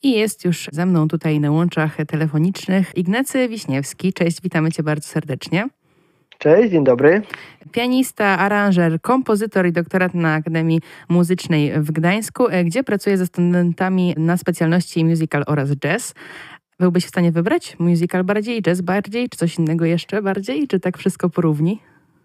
I jest już ze mną tutaj na łączach telefonicznych Ignacy Wiśniewski. Cześć, witamy Cię bardzo serdecznie. Cześć, dzień dobry. Pianista, aranżer, kompozytor i doktorat na Akademii Muzycznej w Gdańsku, gdzie pracuje ze studentami na specjalności musical oraz jazz. Byłbyś w stanie wybrać musical bardziej, jazz bardziej, czy coś innego jeszcze bardziej, czy tak wszystko porówni?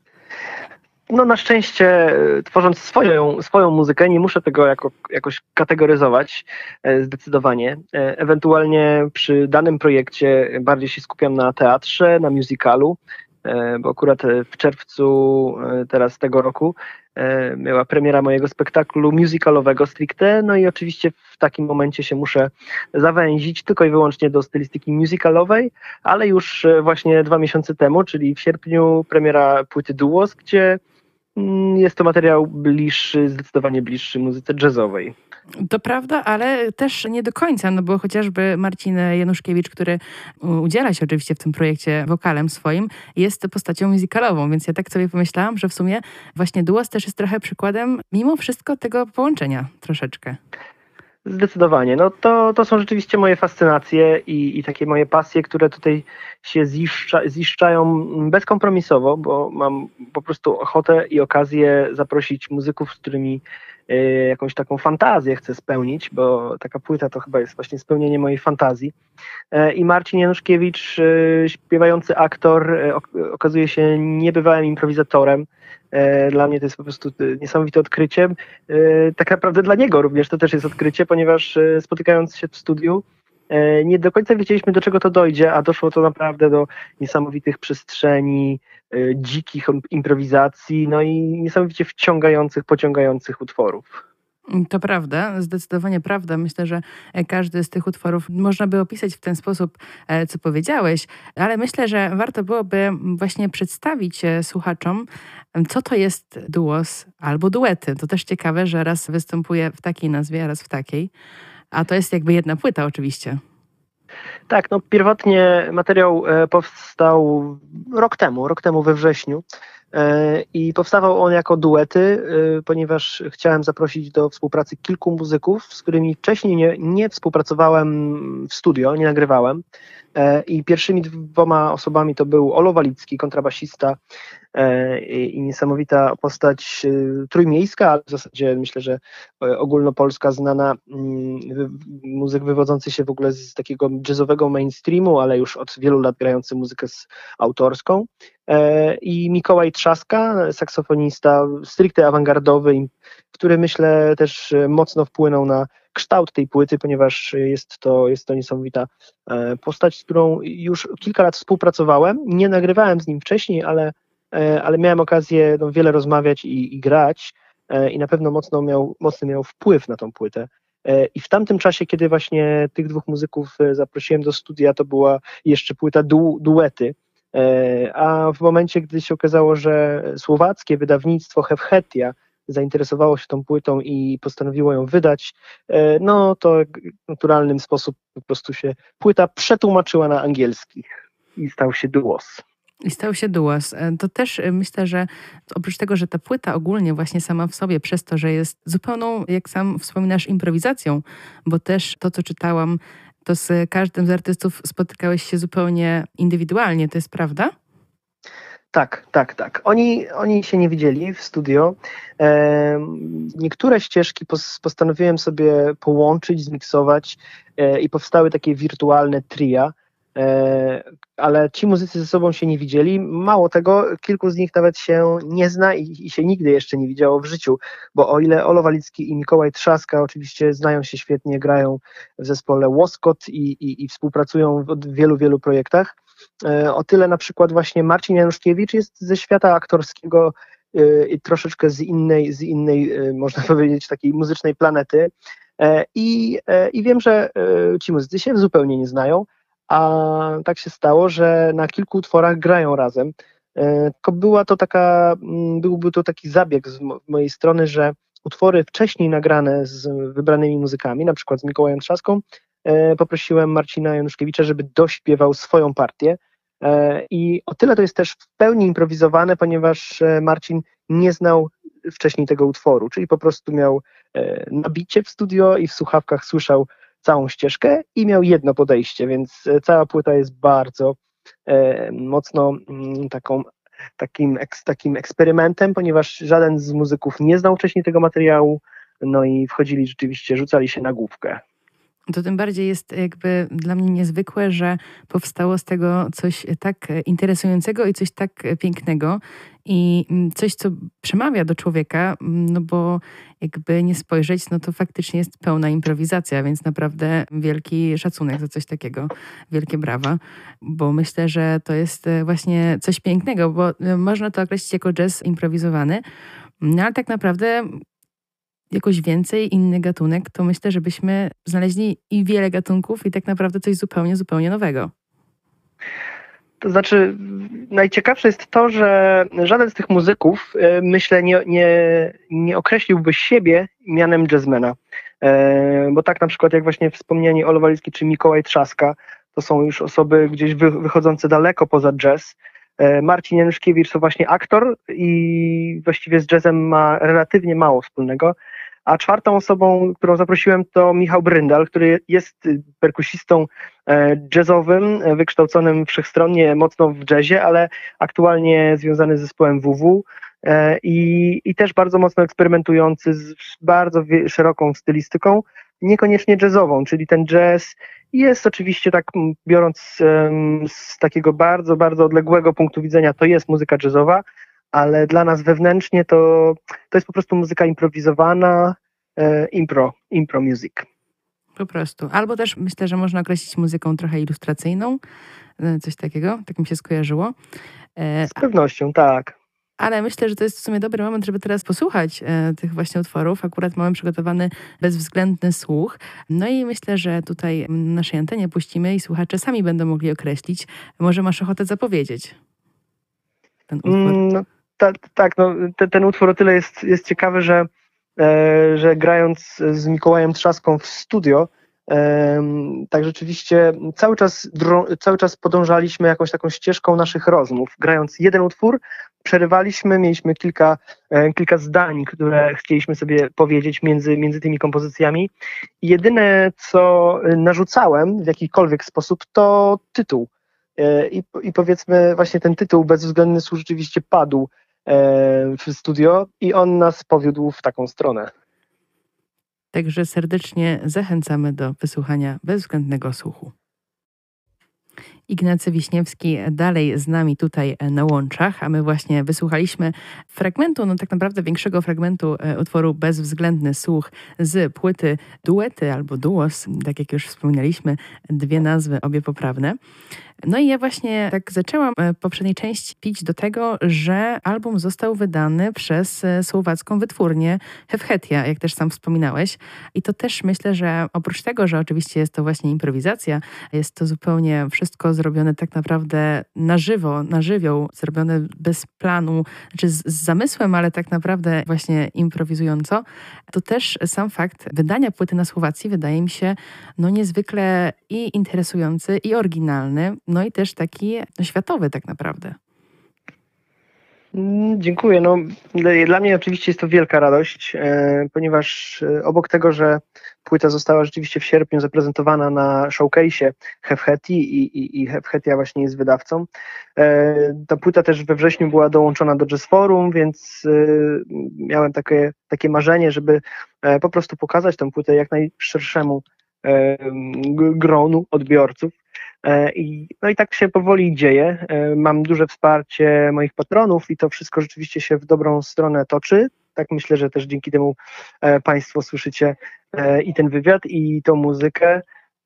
No na szczęście tworząc swoją muzykę nie muszę tego jakoś kategoryzować zdecydowanie. Ewentualnie przy danym projekcie bardziej się skupiam na teatrze, na musicalu, bo akurat w czerwcu teraz tego roku miała premiera mojego spektaklu musicalowego stricte, no i oczywiście w takim momencie się muszę zawęzić tylko i wyłącznie do stylistyki musicalowej, ale już właśnie 2 miesiące temu, czyli w sierpniu premiera płyty Duos, gdzie jest to materiał zdecydowanie bliższy muzyce jazzowej. To prawda, ale też nie do końca, no bo chociażby Marcin Januszkiewicz, który udziela się oczywiście w tym projekcie wokalem swoim, jest postacią musicalową, więc ja tak sobie pomyślałam, że w sumie właśnie Duos też jest trochę przykładem mimo wszystko tego połączenia troszeczkę. Zdecydowanie. No to są rzeczywiście moje fascynacje i takie moje pasje, które tutaj się ziszczają bezkompromisowo, bo mam po prostu ochotę i okazję zaprosić muzyków, z którymi jakąś taką fantazję chcę spełnić, bo taka płyta to chyba jest właśnie spełnienie mojej fantazji. I Marcin Januszkiewicz, śpiewający aktor, okazuje się niebywałym improwizatorem. Dla mnie to jest po prostu niesamowite odkrycie. Tak naprawdę dla niego również to też jest odkrycie, ponieważ spotykając się w studiu, nie do końca wiedzieliśmy, do czego to dojdzie, a doszło to naprawdę do niesamowitych przestrzeni, dzikich improwizacji, no i niesamowicie pociągających utworów. To prawda, zdecydowanie prawda. Myślę, że każdy z tych utworów można by opisać w ten sposób, co powiedziałeś, ale myślę, że warto byłoby właśnie przedstawić słuchaczom, co to jest duos albo duety. To też ciekawe, że raz występuje w takiej nazwie, a raz w takiej, a to jest jakby jedna płyta oczywiście. Tak, no pierwotnie materiał powstał rok temu we wrześniu. I powstawał on jako duety, ponieważ chciałem zaprosić do współpracy kilku muzyków, z którymi wcześniej nie współpracowałem w studio, nie nagrywałem. I pierwszymi 2 osobami to był Olo Walicki, kontrabasista i niesamowita postać trójmiejska, ale w zasadzie myślę, że ogólnopolska znana muzyk wywodzący się w ogóle z takiego jazzowego mainstreamu, ale już od wielu lat grający muzykę autorską. I Mikołaj Trzaska, saksofonista stricte awangardowy, który myślę też mocno wpłynął na kształt tej płyty, ponieważ jest to niesamowita postać, z którą już kilka lat współpracowałem. Nie nagrywałem z nim wcześniej, ale miałem okazję wiele rozmawiać i grać i na pewno mocny miał wpływ na tą płytę. I w tamtym czasie, kiedy właśnie tych 2 muzyków zaprosiłem do studia, to była jeszcze płyta duety. A w momencie, gdy się okazało, że słowackie wydawnictwo Hefhetia zainteresowało się tą płytą i postanowiło ją wydać, no to w naturalny sposób po prostu się płyta przetłumaczyła na angielski i stał się Duos. I stał się Duos. To też myślę, że oprócz tego, że ta płyta ogólnie właśnie sama w sobie, przez to, że jest zupełną, jak sam wspominasz, improwizacją, bo też to, co czytałam, to z każdym z artystów spotykałeś się zupełnie indywidualnie, to jest prawda? Tak. Oni się nie widzieli w studio. Niektóre ścieżki postanowiłem sobie połączyć, zmiksować i powstały takie wirtualne tria, ale ci muzycy ze sobą się nie widzieli. Mało tego, kilku z nich nawet się nie zna i się nigdy jeszcze nie widziało w życiu, bo o ile Olo Walicki i Mikołaj Trzaska oczywiście znają się świetnie, grają w zespole Łoskot i współpracują w wielu projektach, o tyle na przykład właśnie Marcin Januszkiewicz jest ze świata aktorskiego i troszeczkę z innej, można powiedzieć, takiej muzycznej planety. I wiem, że ci muzycy się zupełnie nie znają, a tak się stało, że na kilku utworach grają razem. Tylko byłby to taki zabieg z mojej strony, że utwory wcześniej nagrane z wybranymi muzykami, na przykład z Mikołajem Trzaską, poprosiłem Marcina Januszkiewicza, żeby dośpiewał swoją partię. I o tyle to jest też w pełni improwizowane, ponieważ Marcin nie znał wcześniej tego utworu, czyli po prostu miał nabicie w studio i w słuchawkach słyszał całą ścieżkę i miał jedno podejście, więc cała płyta jest bardzo mocno takim eksperymentem, ponieważ żaden z muzyków nie znał wcześniej tego materiału, no i wchodzili rzeczywiście, rzucali się na główkę. To tym bardziej jest jakby dla mnie niezwykłe, że powstało z tego coś tak interesującego i coś tak pięknego i coś, co przemawia do człowieka, no bo jakby nie spojrzeć, no to faktycznie jest pełna improwizacja, więc naprawdę wielki szacunek za coś takiego, wielkie brawa, bo myślę, że to jest właśnie coś pięknego, bo można to określić jako jazz improwizowany, no ale tak naprawdę jakoś więcej, inny gatunek, to myślę, że byśmy znaleźli i wiele gatunków i tak naprawdę coś zupełnie, zupełnie nowego. To znaczy, najciekawsze jest to, że żaden z tych muzyków, myślę, nie określiłby siebie mianem jazzmana. Bo tak na przykład jak właśnie wspomniani Olo Walicki czy Mikołaj Trzaska, to są już osoby gdzieś wychodzące daleko poza jazz. Marcin Januszkiewicz to właśnie aktor i właściwie z jazzem ma relatywnie mało wspólnego. A czwartą osobą, którą zaprosiłem, to Michał Bryndal, który jest perkusistą jazzowym, wykształconym wszechstronnie mocno w jazzie, ale aktualnie związany z zespołem WW i też bardzo mocno eksperymentujący z bardzo szeroką stylistyką, niekoniecznie jazzową, czyli ten jazz jest oczywiście, tak biorąc z takiego bardzo, bardzo odległego punktu widzenia, to jest muzyka jazzowa, ale dla nas wewnętrznie to jest po prostu muzyka improwizowana, impro music. Po prostu. Albo też myślę, że można określić muzyką trochę ilustracyjną, coś takiego, tak mi się skojarzyło. Z pewnością, tak. Ale myślę, że to jest w sumie dobry moment, żeby teraz posłuchać tych właśnie utworów. Akurat mamy przygotowany bezwzględny słuch. No i myślę, że tutaj na naszej antenie puścimy i słuchacze sami będą mogli określić. Może masz ochotę zapowiedzieć ten utwór? No, tak, no, ten utwór o tyle jest ciekawy, że grając z Mikołajem Trzaską w studio, tak rzeczywiście cały czas podążaliśmy jakąś taką ścieżką naszych rozmów. Grając jeden utwór, przerywaliśmy, mieliśmy kilka zdań, które chcieliśmy sobie powiedzieć między tymi kompozycjami. I jedyne, co narzucałem w jakikolwiek sposób, to tytuł. I powiedzmy właśnie ten tytuł Bezwzględny Słuch rzeczywiście padł w studio i on nas powiódł w taką stronę. Także serdecznie zachęcamy do wysłuchania Bezwzględnego Słuchu. Ignacy Wiśniewski dalej z nami tutaj na łączach, a my właśnie wysłuchaliśmy fragmentu, no tak naprawdę większego fragmentu utworu Bezwzględny Słuch z płyty Duety albo Duos, tak jak już wspomnieliśmy, dwie nazwy, obie poprawne. No i ja właśnie tak zaczęłam poprzedniej części pić do tego, że album został wydany przez słowacką wytwórnię Hefhetia, jak też sam wspominałeś. I to też myślę, że oprócz tego, że oczywiście jest to właśnie improwizacja, jest to zupełnie wszystko zrobione tak naprawdę na żywo, na żywioł, zrobione bez planu, znaczy z zamysłem, ale tak naprawdę właśnie improwizująco. To też sam fakt wydania płyty na Słowacji wydaje mi się no niezwykle i interesujący, i oryginalny. No i też taki światowy tak naprawdę. Dziękuję. No, dla mnie oczywiście jest to wielka radość, ponieważ obok tego, że płyta została rzeczywiście w sierpniu zaprezentowana na showcase'ie Hefheti i Hefhetia właśnie jest wydawcą, ta płyta też we wrześniu była dołączona do Jazz Forum, więc miałem takie marzenie, żeby po prostu pokazać tę płytę jak najszerszemu gronu odbiorców. No i tak się powoli dzieje. Mam duże wsparcie moich patronów i to wszystko rzeczywiście się w dobrą stronę toczy. Tak myślę, że też dzięki temu Państwo słyszycie i ten wywiad, i tą muzykę.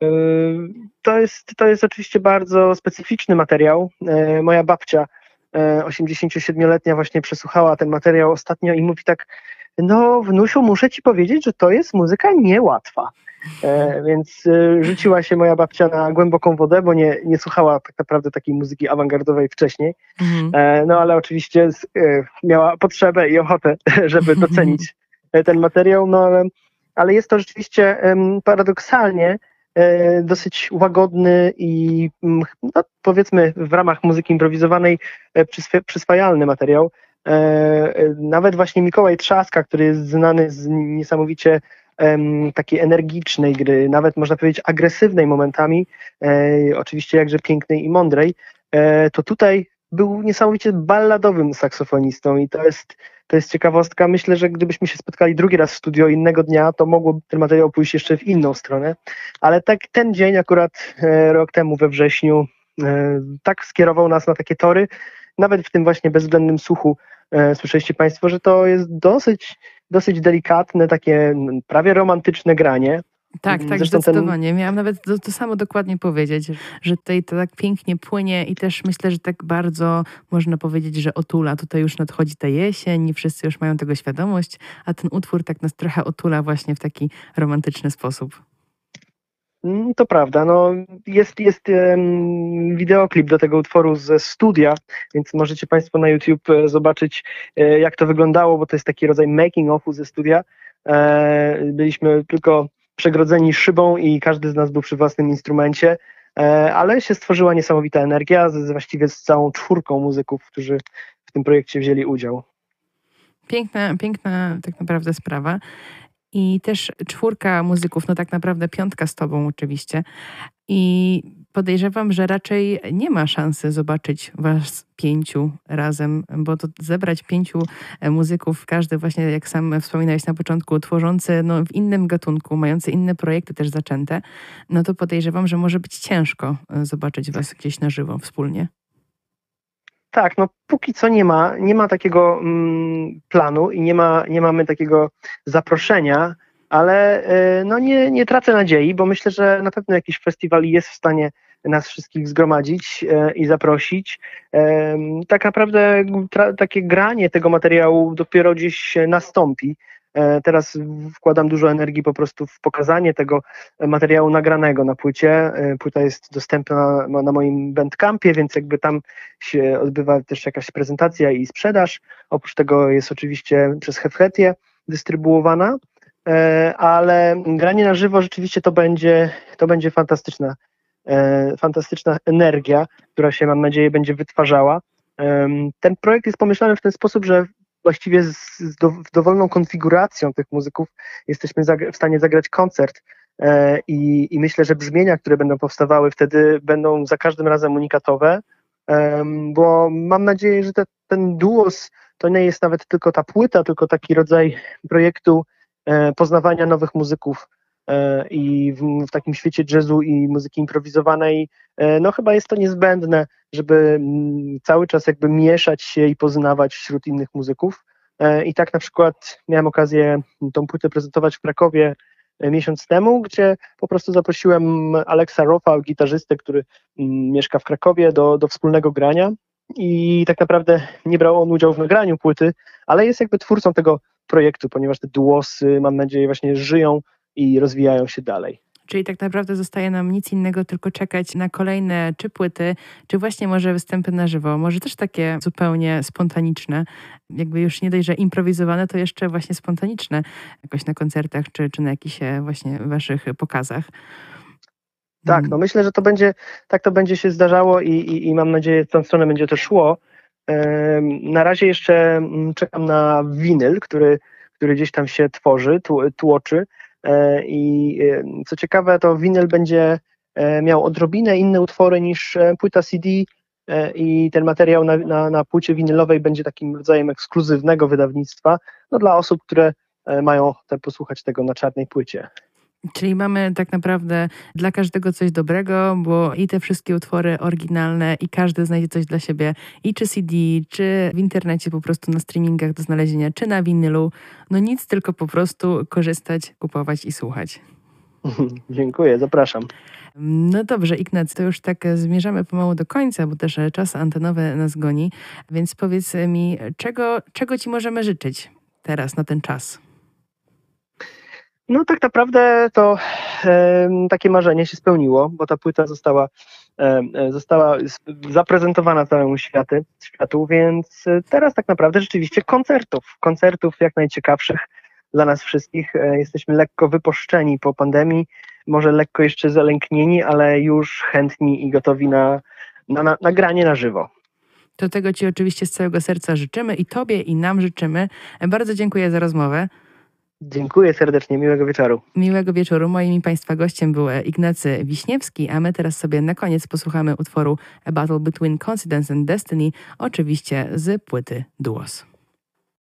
To jest oczywiście bardzo specyficzny materiał. Moja babcia, 87-letnia, właśnie przesłuchała ten materiał ostatnio i mówi tak: no wnusiu, muszę ci powiedzieć, że to jest muzyka niełatwa. Więc rzuciła się moja babcia na głęboką wodę, bo nie słuchała tak naprawdę takiej muzyki awangardowej wcześniej. No ale oczywiście miała potrzebę i ochotę, żeby docenić ten materiał. No ale jest to rzeczywiście paradoksalnie dosyć łagodny i no, powiedzmy w ramach muzyki improwizowanej przyswajalny materiał. Nawet właśnie Mikołaj Trzaska, który jest znany z niesamowicie takiej energicznej gry, nawet można powiedzieć agresywnej momentami, oczywiście jakże pięknej i mądrej, to tutaj był niesamowicie balladowym saksofonistą i to jest ciekawostka. Myślę, że gdybyśmy się spotkali drugi raz w studio innego dnia, to mogłoby ten materiał pójść jeszcze w inną stronę, ale tak ten dzień akurat rok temu we wrześniu tak skierował nas na takie tory, nawet w tym właśnie bezwzględnym słuchu słyszeliście Państwo, że to jest dosyć delikatne, takie prawie romantyczne granie. Tak, Zresztą zdecydowanie. Miałam nawet to samo dokładnie powiedzieć, że tutaj to tak pięknie płynie i też myślę, że tak bardzo można powiedzieć, że otula. Tutaj już nadchodzi ta jesień i wszyscy już mają tego świadomość, a ten utwór tak nas trochę otula właśnie w taki romantyczny sposób. To prawda, no jest wideoklip do tego utworu ze studia, więc możecie Państwo na YouTube zobaczyć, jak to wyglądało, bo to jest taki rodzaj making offu ze studia. Byliśmy tylko przegrodzeni szybą i każdy z nas był przy własnym instrumencie, ale się stworzyła niesamowita energia, właściwie z całą czwórką muzyków, którzy w tym projekcie wzięli udział. Piękna tak naprawdę sprawa. I też czwórka muzyków, no tak naprawdę piątka z tobą oczywiście. I podejrzewam, że raczej nie ma szansy zobaczyć was pięciu razem, bo to zebrać pięciu muzyków, każdy właśnie, jak sam wspominałeś na początku, tworzący no, w innym gatunku, mający inne projekty też zaczęte, no to podejrzewam, że może być ciężko zobaczyć was gdzieś na żywo wspólnie. Tak, no póki co nie ma takiego planu i nie mamy takiego zaproszenia, ale no nie tracę nadziei, bo myślę, że na pewno jakiś festiwal jest w stanie nas wszystkich zgromadzić i zaprosić. Tak naprawdę takie granie tego materiału dopiero gdzieś nastąpi. Teraz wkładam dużo energii po prostu w pokazanie tego materiału nagranego na płycie. Płyta jest dostępna na moim Bandcampie, więc jakby tam się odbywa też jakaś prezentacja i sprzedaż. Oprócz tego jest oczywiście przez Hefhetię dystrybuowana, ale granie na żywo rzeczywiście to będzie fantastyczna energia, która się, mam nadzieję, będzie wytwarzała. Ten projekt jest pomyślany w ten sposób, że właściwie w dowolną konfiguracją tych muzyków jesteśmy w stanie zagrać koncert i myślę, że brzmienia, które będą powstawały wtedy, będą za każdym razem unikatowe, bo mam nadzieję, że ten duos to nie jest nawet tylko ta płyta, tylko taki rodzaj projektu poznawania nowych muzyków i w takim świecie jazzu i muzyki improwizowanej, no chyba jest to niezbędne, żeby cały czas jakby mieszać się i poznawać wśród innych muzyków. I tak na przykład miałem okazję tą płytę prezentować w Krakowie miesiąc temu, gdzie po prostu zaprosiłem Alexa Roffa, gitarzystę, który mieszka w Krakowie, do wspólnego grania i tak naprawdę nie brał on udziału w nagraniu płyty, ale jest jakby twórcą tego projektu, ponieważ te duosy, mam nadzieję, właśnie żyją i rozwijają się dalej. Czyli tak naprawdę zostaje nam nic innego, tylko czekać na kolejne czy płyty, czy właśnie może występy na żywo. Może też takie zupełnie spontaniczne, jakby już nie dość, że improwizowane, to jeszcze właśnie spontaniczne, jakoś na koncertach, czy na jakichś właśnie waszych pokazach. Tak, no myślę, że tak to będzie się zdarzało i mam nadzieję, że w tą stronę będzie to szło. Na razie jeszcze czekam na winyl, który gdzieś tam się tłoczy. I co ciekawe, to winyl będzie miał odrobinę inne utwory niż płyta CD i ten materiał na płycie winylowej będzie takim rodzajem ekskluzywnego wydawnictwa dla osób, które mają ochotę posłuchać tego na czarnej płycie. Czyli mamy tak naprawdę dla każdego coś dobrego, bo i te wszystkie utwory oryginalne i każdy znajdzie coś dla siebie i czy CD, czy w internecie po prostu na streamingach do znalezienia, czy na winylu. No nic, tylko po prostu korzystać, kupować i słuchać. Dziękuję, zapraszam. No dobrze, Ignacy, to już tak zmierzamy pomału do końca, bo też czas antenowy nas goni, więc powiedz mi, czego ci możemy życzyć teraz na ten czas? No tak naprawdę to takie marzenie się spełniło, bo ta płyta została zaprezentowana całemu światu, więc teraz tak naprawdę rzeczywiście koncertów jak najciekawszych dla nas wszystkich. Jesteśmy lekko wypuszczeni po pandemii, może lekko jeszcze zalęknieni, ale już chętni i gotowi na granie na żywo. To tego ci oczywiście z całego serca życzymy i tobie i nam życzymy. Bardzo dziękuję za rozmowę. Dziękuję serdecznie, miłego wieczoru. Miłego wieczoru. Moim i Państwa gościem był Ignacy Wiśniewski, a my teraz sobie na koniec posłuchamy utworu A Battle Between Coincidence and Destiny, oczywiście z płyty Duos.